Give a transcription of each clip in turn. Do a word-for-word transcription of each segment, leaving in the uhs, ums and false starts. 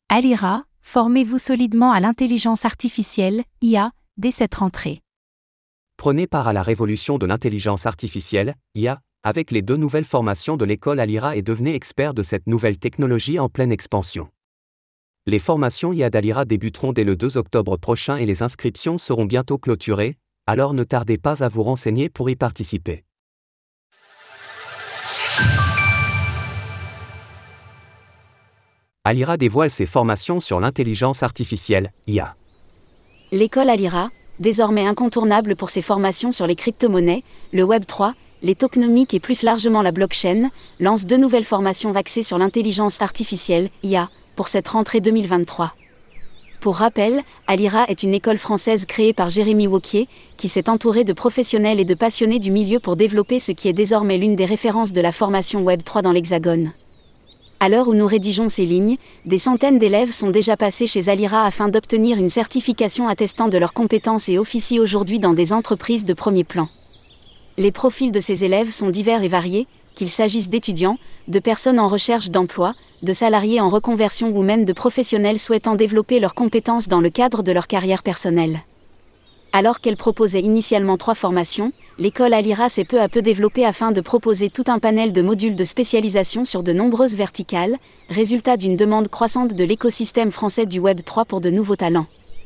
Alira, formez-vous solidement à l'intelligence artificielle, I A, dès cette rentrée. Prenez part à la révolution de l'intelligence artificielle, I A, avec les deux nouvelles formations de l'école Alira et devenez expert de cette nouvelle technologie en pleine expansion. Les formations I A d'Alira débuteront dès le deux octobre prochain et les inscriptions seront bientôt clôturées, alors ne tardez pas à vous renseigner pour y participer. Alira dévoile ses formations sur l'intelligence artificielle, I A. L'école Alira, désormais incontournable pour ses formations sur les crypto-monnaies, le Web trois, les tokenomiques et plus largement la blockchain, lance deux nouvelles formations axées sur l'intelligence artificielle, I A, pour cette rentrée deux mille vingt-trois. Pour rappel, Alira est une école française créée par Jérémy Wauquiez, qui s'est entouré de professionnels et de passionnés du milieu pour développer ce qui est désormais l'une des références de la formation Web trois dans l'Hexagone. À l'heure où nous rédigeons ces lignes, des centaines d'élèves sont déjà passés chez Alira afin d'obtenir une certification attestant de leurs compétences et officient aujourd'hui dans des entreprises de premier plan. Les profils de ces élèves sont divers et variés, qu'il s'agisse d'étudiants, de personnes en recherche d'emploi, de salariés en reconversion ou même de professionnels souhaitant développer leurs compétences dans le cadre de leur carrière personnelle. Alors qu'elle proposait initialement trois formations, l'école Alira s'est peu à peu développée afin de proposer tout un panel de modules de spécialisation sur de nombreuses verticales, résultat d'une demande croissante de l'écosystème français du Web trois pour de nouveaux talents.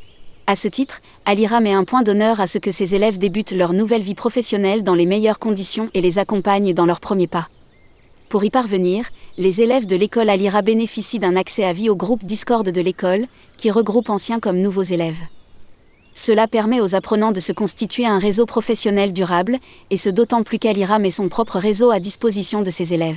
À ce titre, Alira met un point d'honneur à ce que ses élèves débutent leur nouvelle vie professionnelle dans les meilleures conditions et les accompagne dans leurs premiers pas. Pour y parvenir, les élèves de l'école Alira bénéficient d'un accès à vie au groupe Discord de l'école, qui regroupe anciens comme nouveaux élèves. Cela permet aux apprenants de se constituer un réseau professionnel durable, et ce d'autant plus qu'Alira met son propre réseau à disposition de ses élèves.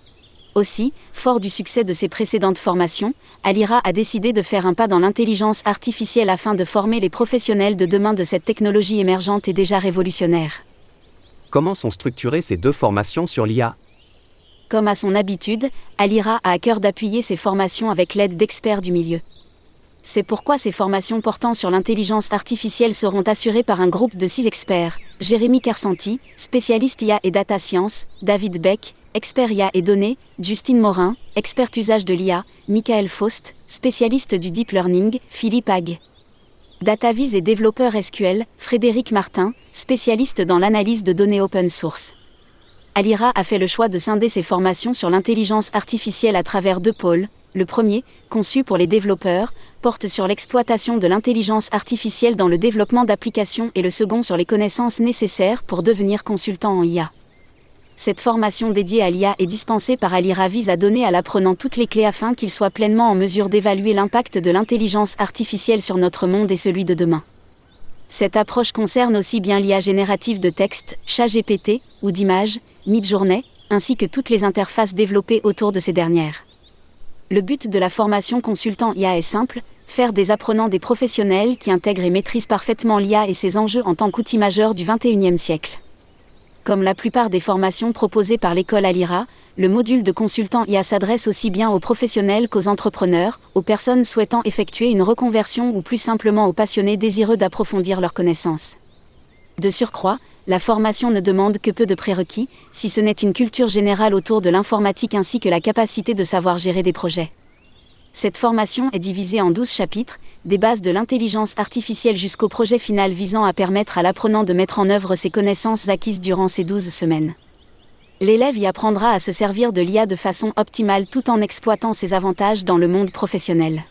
Aussi, fort du succès de ses précédentes formations, Alira a décidé de faire un pas dans l'intelligence artificielle afin de former les professionnels de demain de cette technologie émergente et déjà révolutionnaire. Comment sont structurées ces deux formations sur l'I A ? Comme à son habitude, Alira a à cœur d'appuyer ses formations avec l'aide d'experts du milieu. C'est pourquoi ces formations portant sur l'intelligence artificielle seront assurées par un groupe de six experts: Jérémy Kersanti, spécialiste I A et data science, David Beck, expert I A et données, Justine Morin, expert usage de l'I A, Michael Faust, spécialiste du deep learning, Philippe Hague. DataVis et développeur S Q L, Frédéric Martin, spécialiste dans l'analyse de données open source. Alira a fait le choix de scinder ses formations sur l'intelligence artificielle à travers deux pôles. Le premier, conçu pour les développeurs, porte sur l'exploitation de l'intelligence artificielle dans le développement d'applications et le second sur les connaissances nécessaires pour devenir consultant en I A. Cette formation dédiée à l'I A est dispensée par Alira vise à donner à l'apprenant toutes les clés afin qu'il soit pleinement en mesure d'évaluer l'impact de l'intelligence artificielle sur notre monde et celui de demain. Cette approche concerne aussi bien l'I A générative de texte, ChatGPT, ou d'images, Midjourney, ainsi que toutes les interfaces développées autour de ces dernières. Le but de la formation consultant I A est simple, faire des apprenants des professionnels qui intègrent et maîtrisent parfaitement l'I A et ses enjeux en tant qu'outil majeur du vingt et unième siècle. Comme la plupart des formations proposées par l'école Alira, le module de consultant I A s'adresse aussi bien aux professionnels qu'aux entrepreneurs, aux personnes souhaitant effectuer une reconversion ou plus simplement aux passionnés désireux d'approfondir leurs connaissances. De surcroît, la formation ne demande que peu de prérequis, si ce n'est une culture générale autour de l'informatique ainsi que la capacité de savoir gérer des projets. Cette formation est divisée en douze chapitres, des bases de l'intelligence artificielle jusqu'au projet final visant à permettre à l'apprenant de mettre en œuvre ses connaissances acquises durant ces douze semaines. L'élève y apprendra à se servir de l'I A de façon optimale tout en exploitant ses avantages dans le monde professionnel.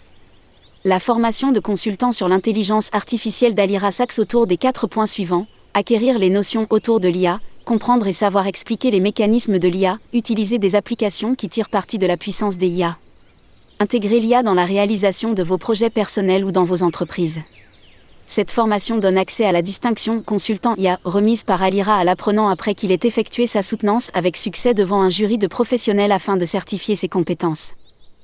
La formation de consultant sur l'intelligence artificielle d'Alira s'axe autour des quatre points suivants: acquérir les notions autour de l'I A, comprendre et savoir expliquer les mécanismes de l'I A, utiliser des applications qui tirent parti de la puissance des I A. Intégrer l'I A dans la réalisation de vos projets personnels ou dans vos entreprises. Cette formation donne accès à la distinction consultant I A remise par Alira à l'apprenant après qu'il ait effectué sa soutenance avec succès devant un jury de professionnels afin de certifier ses compétences.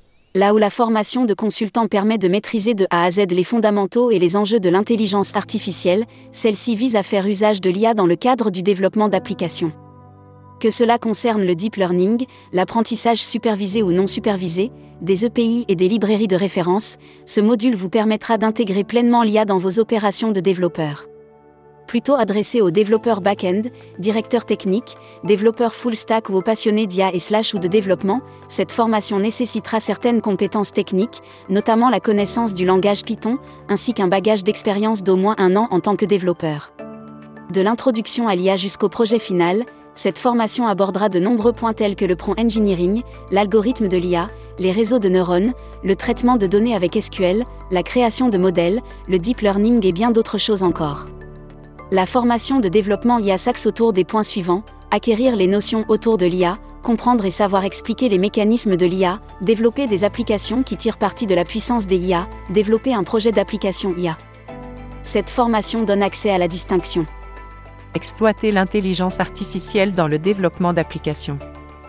Là où la formation de consultant permet de maîtriser de A à Z les fondamentaux et les enjeux de l'intelligence artificielle, celle-ci vise à faire usage de l'I A dans le cadre du développement d'applications. Que cela concerne le deep learning, l'apprentissage supervisé ou non supervisé, des E P I et des librairies de référence, ce module vous permettra d'intégrer pleinement l'I A dans vos opérations de développeur. Plutôt adressée aux développeurs back-end, directeurs techniques, développeurs full-stack ou aux passionnés d'I A et slash ou de développement, cette formation nécessitera certaines compétences techniques, notamment la connaissance du langage Python, ainsi qu'un bagage d'expérience d'au moins un an en tant que développeur. De l'introduction à l'I A jusqu'au projet final, cette formation abordera de nombreux points tels que le prompt engineering, l'algorithme de l'I A, les réseaux de neurones, le traitement de données avec S Q L, la création de modèles, le deep learning et bien d'autres choses encore. La formation de développement I A s'axe autour des points suivants: acquérir les notions autour de l'I A, comprendre et savoir expliquer les mécanismes de l'I A, développer des applications qui tirent parti de la puissance des I A, développer un projet d'application I A. Cette formation donne accès à la distinction. Exploiter l'intelligence artificielle dans le développement d'applications.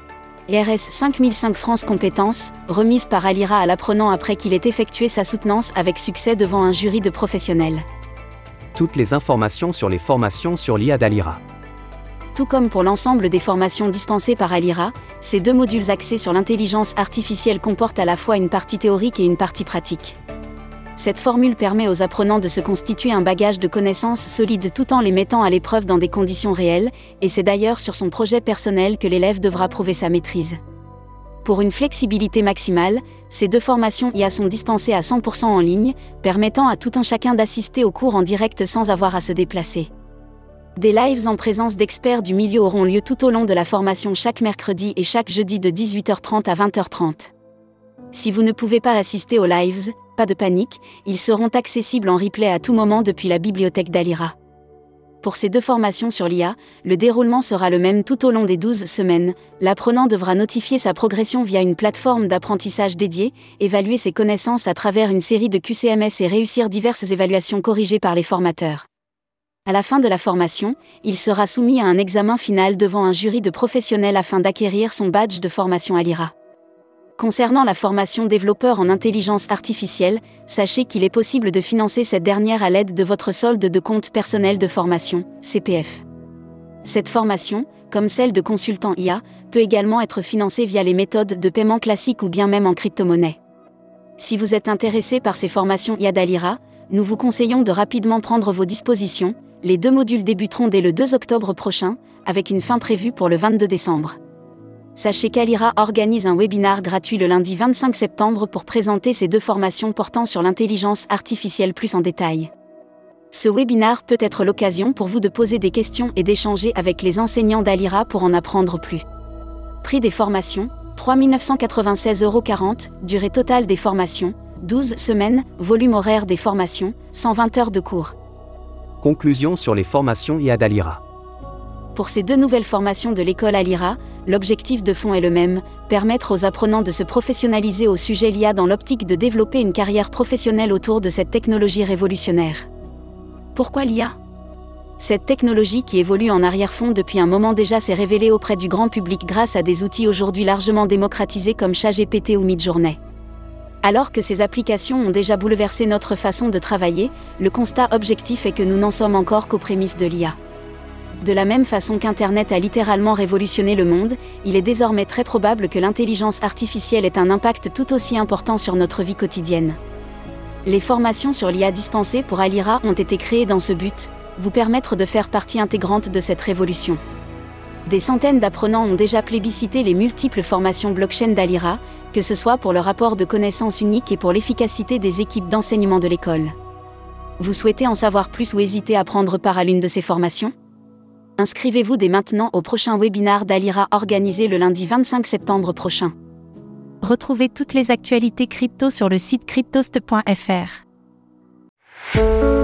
R S cinq mille cinq France Compétences, remise par Alira à l'apprenant après qu'il ait effectué sa soutenance avec succès devant un jury de professionnels. Toutes les informations sur les formations sur l'I A d'Alira. Tout comme pour l'ensemble des formations dispensées par Alira, ces deux modules axés sur l'intelligence artificielle comportent à la fois une partie théorique et une partie pratique. Cette formule permet aux apprenants de se constituer un bagage de connaissances solides tout en les mettant à l'épreuve dans des conditions réelles, et c'est d'ailleurs sur son projet personnel que l'élève devra prouver sa maîtrise. Pour une flexibilité maximale, ces deux formations I A sont dispensées à cent pour cent en ligne, permettant à tout un chacun d'assister aux cours en direct sans avoir à se déplacer. Des lives en présence d'experts du milieu auront lieu tout au long de la formation chaque mercredi et chaque jeudi de dix-huit heures trente à vingt heures trente. Si vous ne pouvez pas assister aux lives, pas de panique, ils seront accessibles en replay à tout moment depuis la bibliothèque d'Alira. Pour ces deux formations sur l'I A, le déroulement sera le même tout au long des douze semaines. L'apprenant devra notifier sa progression via une plateforme d'apprentissage dédiée, évaluer ses connaissances à travers une série de Q C M S et réussir diverses évaluations corrigées par les formateurs. À la fin de la formation, il sera soumis à un examen final devant un jury de professionnels afin d'acquérir son badge de formation Alira. Concernant la formation développeur en intelligence artificielle, sachez qu'il est possible de financer cette dernière à l'aide de votre solde de compte personnel de formation, C P F. Cette formation, comme celle de consultant I A, peut également être financée via les méthodes de paiement classiques ou bien même en crypto-monnaie. Si vous êtes intéressé par ces formations I A d'Alira, nous vous conseillons de rapidement prendre vos dispositions. Les deux modules débuteront dès le deux octobre prochain, avec une fin prévue pour le vingt-deux décembre. Sachez qu'Alira organise un webinaire gratuit le lundi vingt-cinq septembre pour présenter ces deux formations portant sur l'intelligence artificielle plus en détail. Ce webinaire peut être l'occasion pour vous de poser des questions et d'échanger avec les enseignants d'Alira pour en apprendre plus. Prix des formations, trois mille neuf cent quatre-vingt-seize euros quarante, durée totale des formations, douze semaines, volume horaire des formations, cent vingt heures de cours. Conclusion sur les formations I A d'Alira. Pour ces deux nouvelles formations de l'école Alira, l'objectif de fond est le même, permettre aux apprenants de se professionnaliser au sujet l'I A dans l'optique de développer une carrière professionnelle autour de cette technologie révolutionnaire. Pourquoi l'I A ? Cette technologie qui évolue en arrière-fond depuis un moment déjà s'est révélée auprès du grand public grâce à des outils aujourd'hui largement démocratisés comme ChatGPT ou Midjourney. Alors que ces applications ont déjà bouleversé notre façon de travailler, le constat objectif est que nous n'en sommes encore qu'aux prémices de l'I A. De la même façon qu'Internet a littéralement révolutionné le monde, il est désormais très probable que l'intelligence artificielle ait un impact tout aussi important sur notre vie quotidienne. Les formations sur l'I A dispensées pour Alira ont été créées dans ce but, vous permettre de faire partie intégrante de cette révolution. Des centaines d'apprenants ont déjà plébiscité les multiples formations blockchain d'Alira, que ce soit pour le rapport de connaissances unique et pour l'efficacité des équipes d'enseignement de l'école. Vous souhaitez en savoir plus ou hésitez à prendre part à l'une de ces formations ? Inscrivez-vous dès maintenant au prochain webinaire d'Alira organisé le lundi vingt-cinq septembre prochain. Retrouvez toutes les actualités crypto sur le site cryptost point f r.